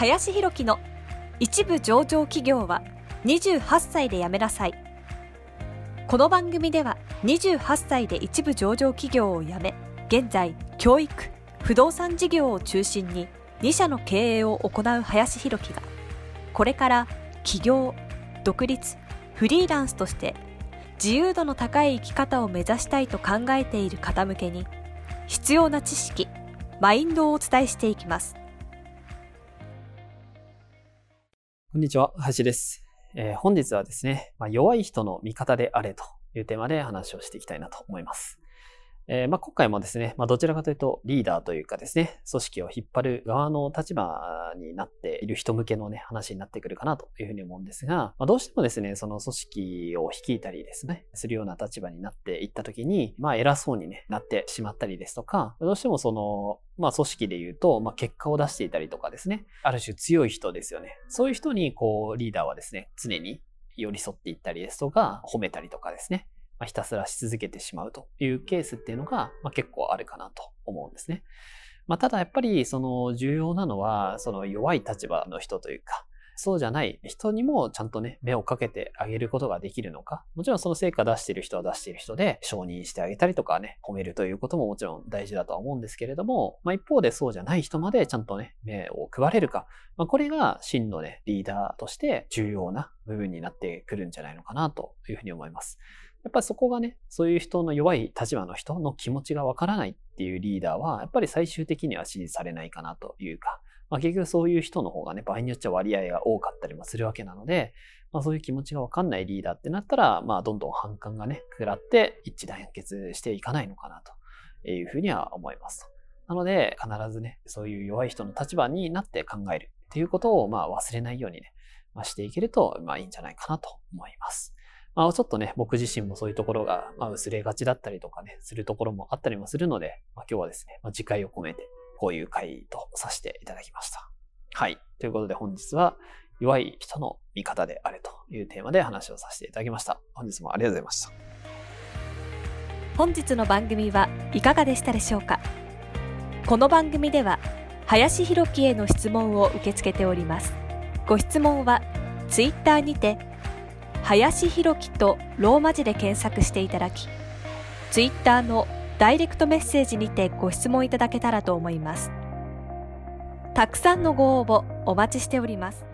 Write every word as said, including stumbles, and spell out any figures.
林弘樹の一部上場企業はにじゅうはっさいで辞めなさい。この番組ではにじゅうはっさいで一部上場企業を辞め、現在教育、不動産事業を中心にに社の経営を行う林弘樹が、これから起業、独立、フリーランスとして自由度の高い生き方を目指したいと考えている方向けに必要な知識、マインドをお伝えしていきます。 こんにちは、林です。えー、本日はですね、まあ、弱い人の味方であれというテーマで話をしていきたいなと思います。えー、まあ、今回もですね、まあ、どちらかというとリーダーというかですね、組織を引っ張る側の立場になっている人向けのね、話になってくるかなというふうに思うんですが、まあ、どうしてもですね、その組織を率いたりですね、するような立場になっていったときに、まあ、偉そうに、ね、なってしまったりですとか、どうしてもその、まあ、組織で言うと、まあ、結果を出していたりとかですね、ある種強い人ですよね。そういう人に、こう、リーダーはですね、常に寄り添っていったりですとか、褒めたりとかですね、まあ、ひたすらし続けてしまうというケースっていうのが、まあ、結構あるかなと思うんですね。まあ、ただやっぱりその重要なのは、その弱い立場の人というか、そうじゃない人にもちゃんとね、目をかけてあげることができるのか。もちろんその成果出している人は出している人で承認してあげたりとかね、褒めるということももちろん大事だとは思うんですけれども、まあ、一方でそうじゃない人までちゃんとね、目を配れるか。まあ、これが真のね、リーダーとして重要な部分になってくるんじゃないのかなというふうに思います。やっぱりそこがね、そういう人の弱い立場の人の気持ちがわからないっていうリーダーは、やっぱり最終的には支持されないかなというか、まあ、結局そういう人の方がね、場合によっちゃ割合が多かったりもするわけなので、まあ、そういう気持ちがわかんないリーダーってなったら、まあどんどん反感がね、食らって一致団結していかないのかなというふうには思います。なので、必ずね、そういう弱い人の立場になって考えるっていうことを、まあ忘れないようにね、まあ、していけると、まあいいんじゃないかなと思います。まあ、ちょっとね、僕自身もそういうところが、まあ、薄れがちだったりとかね、するところもあったりもするので、まあ、今日はですね、まあ、自戒を込めて、こういう回とさせていただきました。はい。ということで本日は、弱い人の味方であれというテーマで話をさせていただきました。本日もありがとうございました。 本日の番組はいかがでしたでしょうか。この番組では、林弘樹への質問を受け付けております。ご質問は、ツイッターにて、林弘樹とローマ字で検索していただき、ツイッターのダイレクトメッセージにてご質問いただけたらと思います。たくさんのご応募お待ちしております。